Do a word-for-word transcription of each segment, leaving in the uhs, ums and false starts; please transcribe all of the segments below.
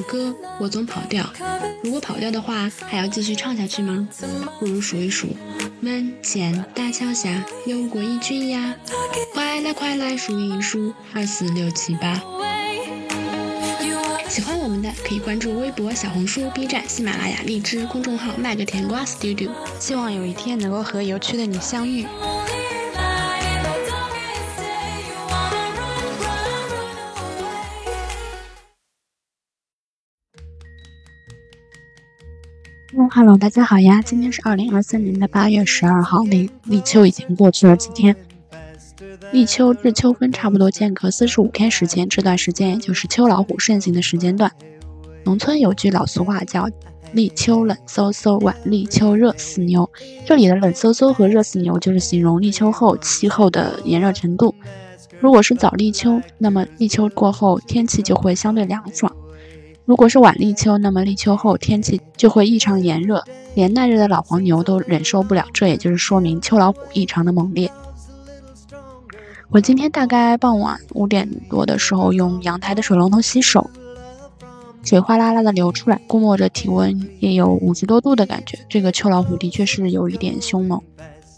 歌，我总跑调。如果跑调的话，还要继续唱下去吗？不如数一数，门前大桥下有过一群鸭，快来快来数一数，二四六七八。喜欢我们的可以关注微博、小红书、B 站、喜马拉雅、荔枝公众号麦个甜瓜 Studio。 希望有一天能够和有趣的你相遇。 嗯 ，Hello， 大家好呀！今天是二零二三年的八月十二号，立立秋已经过去了几天。立秋至秋分差不多间隔四十五天时间，这段时间也就是秋老虎盛行的时间段。农村有句老俗话叫“立秋冷飕飕，晚立秋热死牛”。这里的冷飕飕和热死牛就是形容立秋后气候的炎热程度。如果是早立秋，那么立秋过后天气就会相对凉爽。如果是晚立秋，那么立秋后天气就会异常炎热，连耐热的老黄牛都忍受不了，这也就是说明秋老虎异常的猛烈。我今天大概傍晚五点多的时候用阳台的水龙头洗手，水哗啦啦的流出来，估摸着体温也有五十多度的感觉，这个秋老虎的确是有一点凶猛。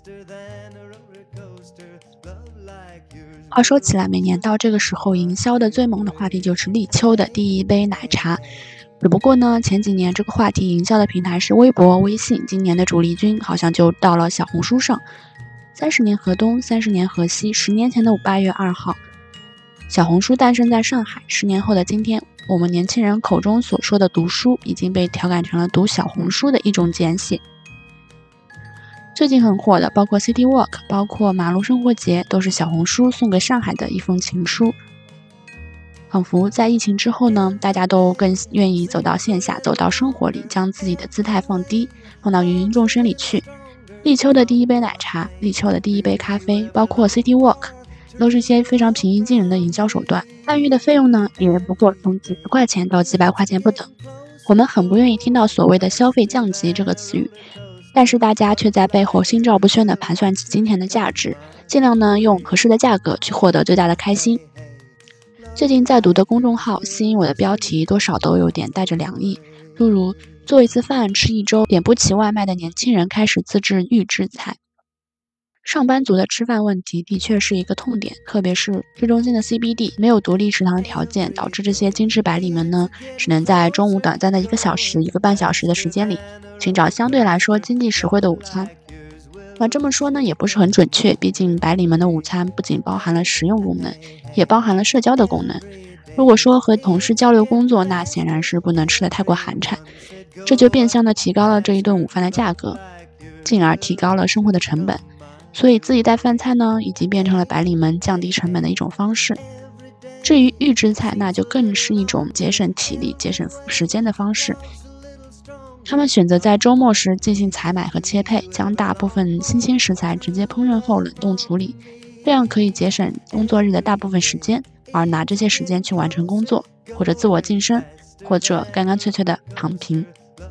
话说起来，每年到这个时候营销的最猛的话题就是立秋的第一杯奶茶。只不过呢，前几年这个话题营销的平台是微博、微信，今年的主力军好像就到了小红书上。三十年河东，三十年河西，十年前的八月二号，小红书诞生在上海。十年后的今天，我们年轻人口中所说的读书已经被调改成了读小红书的一种简写。最近很火的包括 City Walk， 包括马路生活节，都是小红书送给上海的一封情书。仿佛在疫情之后呢，大家都更愿意走到线下，走到生活里，将自己的姿态放低，放到芸芸众生里去。立秋的第一杯奶茶，立秋的第一杯咖啡，包括 City Walk， 都是一些非常平易近人的营销手段。参与的费用呢，也不过从几十块钱到几百块钱不等。我们很不愿意听到所谓的消费降级这个词语，但是大家却在背后心照不宣地盘算起金钱的价值，尽量呢用合适的价格去获得最大的开心。最近在读的公众号吸引我的标题多少都有点带着凉意，诸如做一次饭吃一周，点不起外卖的年轻人开始自制预制菜。上班族的吃饭问题的确是一个痛点，特别是市中心的 C B D 没有独立食堂的条件，导致这些精致白领们呢，只能在中午短暂的一个小时、一个半小时的时间里，寻找相对来说经济实惠的午餐。那这么说呢，也不是很准确，毕竟白领们的午餐不仅包含了实用功能，也包含了社交的功能。如果说和同事交流工作，那显然是不能吃得太过寒碜，这就变相的提高了这一顿午饭的价格，进而提高了生活的成本。所以自己带饭菜呢，已经变成了白领们降低成本的一种方式。至于预制菜，那就更是一种节省体力、节省时间的方式。他们选择在周末时进行采买和切配，将大部分新鲜食材直接烹饪后冷冻处理，这样可以节省工作日的大部分时间，而拿这些时间去完成工作，或者自我晋升，或者干干脆脆的躺平。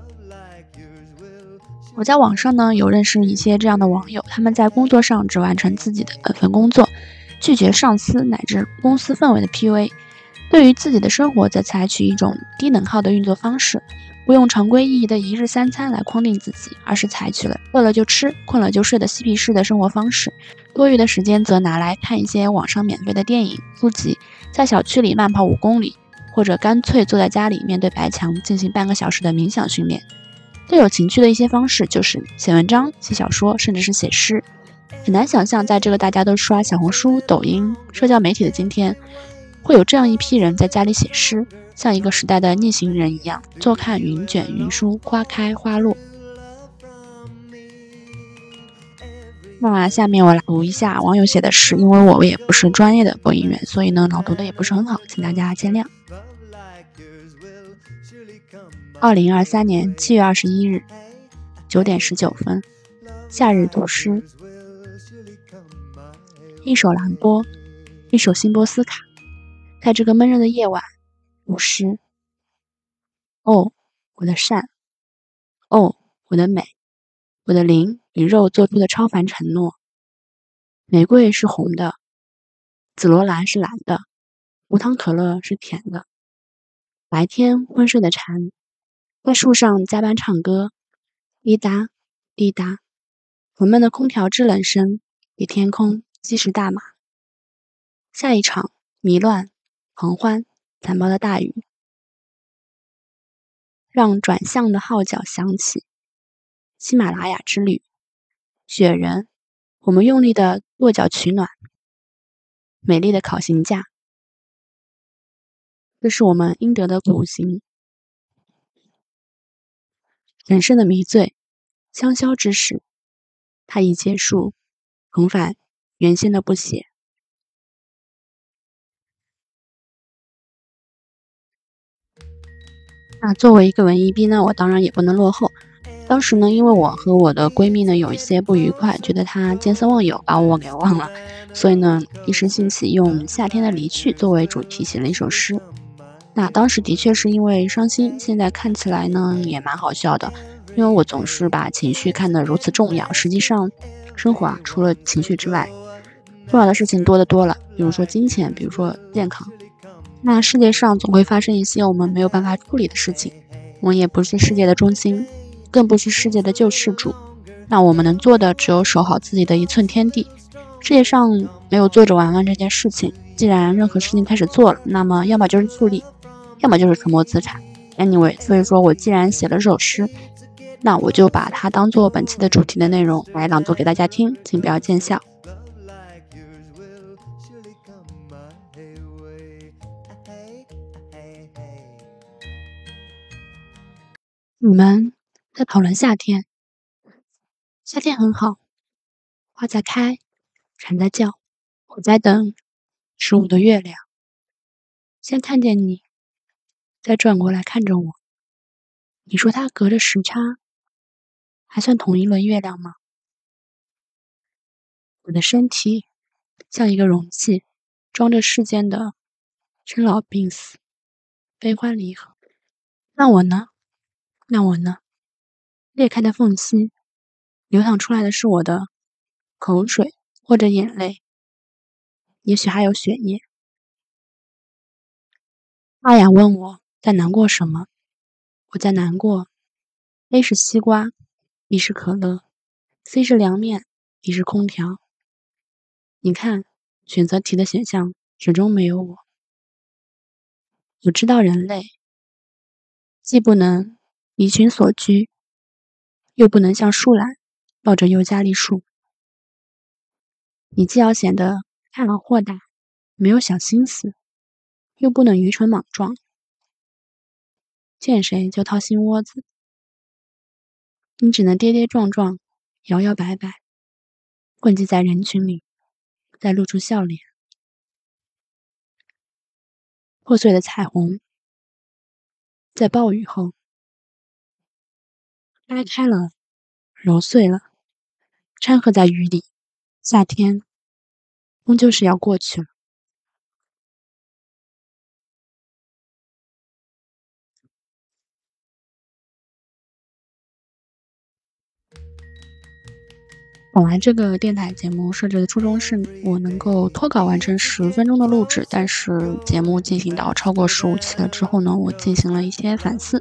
我在网上呢有认识一些这样的网友，他们在工作上只完成自己的本分工作，拒绝上司乃至公司氛围的 P U A， 对于自己的生活则采取一种低能耗的运作方式，不用常规意义的一日三餐来框定自己，而是采取了饿了就吃，困了就睡的嬉皮士的生活方式。多余的时间则拿来看一些网上免费的电影、书籍，在小区里慢跑五公里，或者干脆坐在家里面对白墙进行半个小时的冥想训练。最有情趣的一些方式就是写文章、写小说，甚至是写诗。很难想象在这个大家都刷小红书、抖音、社交媒体的今天，会有这样一批人在家里写诗，像一个时代的逆行人一样，坐看云卷云舒，花开花落。那下面我来读一下网友写的诗，因为我也不是专业的播音员，所以呢朗读的也不是很好，请大家见谅。二零二三年七月二十一日九点十九分，夏日读诗。一首兰波，一首辛波斯卡，在这个闷热的夜晚读诗。哦，我的善，哦，我的美，我的灵与肉做出的超凡承诺。玫瑰是红的，紫罗兰是蓝的，无糖可乐是甜的。 白天昏睡的蝉，在树上加班唱歌，滴答滴答，沉闷的空调制冷声比天空计时大马。下一场迷乱、狂欢、残暴的大雨，让转向的号角响起。喜马拉雅之旅，雪人，我们用力的跺脚取暖，美丽的烤行架，这是我们应得的苦行。人生的迷醉，香消之时，它已结束，重返原先的不写。那作为一个文艺逼呢，我当然也不能落后。当时呢，因为我和我的闺蜜呢有一些不愉快，觉得她见色忘友，把我给忘了，所以呢，一时兴起用夏天的离去作为主题写了一首诗。那当时的确是因为伤心，现在看起来呢也蛮好笑的，因为我总是把情绪看得如此重要。实际上，生活啊，除了情绪之外，重要的事情多得多了，比如说金钱，比如说健康。那世界上总会发生一些我们没有办法处理的事情，我们也不是世界的中心，更不是世界的救世主。那我们能做的只有守好自己的一寸天地。世界上没有坐着玩玩这件事情，既然任何事情开始做了，那么要么就是复利，要么就是沉没资产。 Anyway， 所以说我既然写了这首诗，那我就把它当做本期的主题的内容来朗读给大家听，请不要见笑。你们在讨论夏天，夏天很好，花在开，蝉在叫，我在等十五的月亮。先看见你，再转过来看着我。你说它隔着时差，还算同一轮月亮吗？我的身体像一个容器，装着世间的生老病死、悲欢离合。那我呢？那我呢？裂开的缝隙，流淌出来的是我的口水或者眼泪，也许还有血液。阿雅问我在难过什么，我在难过。A 是西瓜， B 是可乐， C 是凉面， D 是空调。你看，选择题的选项始终没有我。我知道人类既不能离群所居，又不能像树懒抱着尤加利树。你既要显得开朗豁达，没有小心思，又不能愚蠢莽撞，见谁就掏心窝子。你只能跌跌撞撞，摇摇摆摆，混迹在人群里，再露出笑脸。破碎的彩虹在暴雨后掰开了，揉碎了，掺和在雨里。夏天终究是要过去了。本来这个电台节目设置的初衷是我能够脱稿完成十分钟的录制，但是节目进行到超过十五期了之后呢，我进行了一些反思。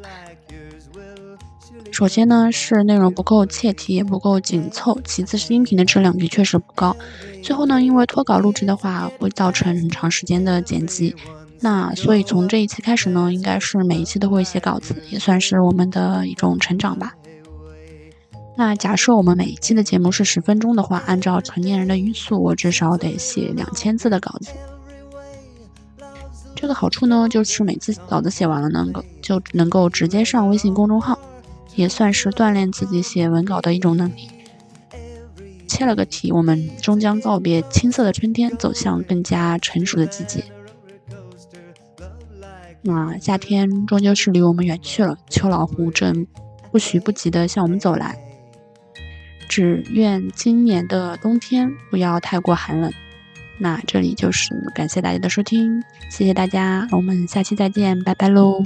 首先呢是内容不够切题，也不够紧凑，其次是音频的质量的确是不高。最后呢，因为脱稿录制的话会造成很长时间的剪辑，那所以从这一期开始呢，应该是每一期都会写稿子，也算是我们的一种成长吧。那假设我们每一期的节目是十分钟的话，按照成年人的语速，我至少得写两千字的稿子。这个好处呢，就是每次稿子写完了能够就能够直接上微信公众号，也算是锻炼自己写文稿的一种能力。切了个题，我们终将告别青涩的春天，走向更加成熟的季节。那夏天终究是离我们远去了，秋老虎正不徐不急地向我们走来。只愿今年的冬天不要太过寒冷。那这里就是感谢大家的收听，谢谢大家，我们下期再见，拜拜喽。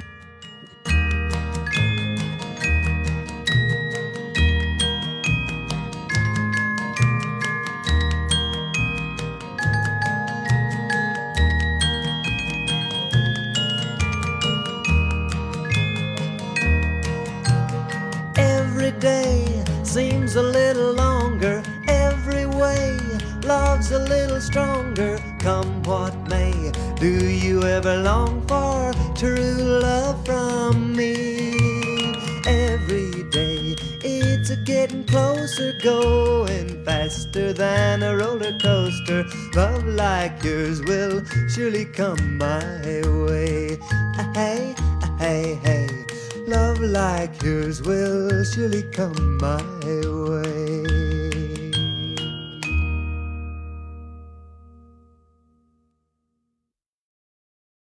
a little stronger, come what may. Do you ever long for true love from me? Every day it's a getting closer, going faster than a roller coaster. Love like yours will surely come my way. Hey, hey, hey. Love like yours will surely come my way.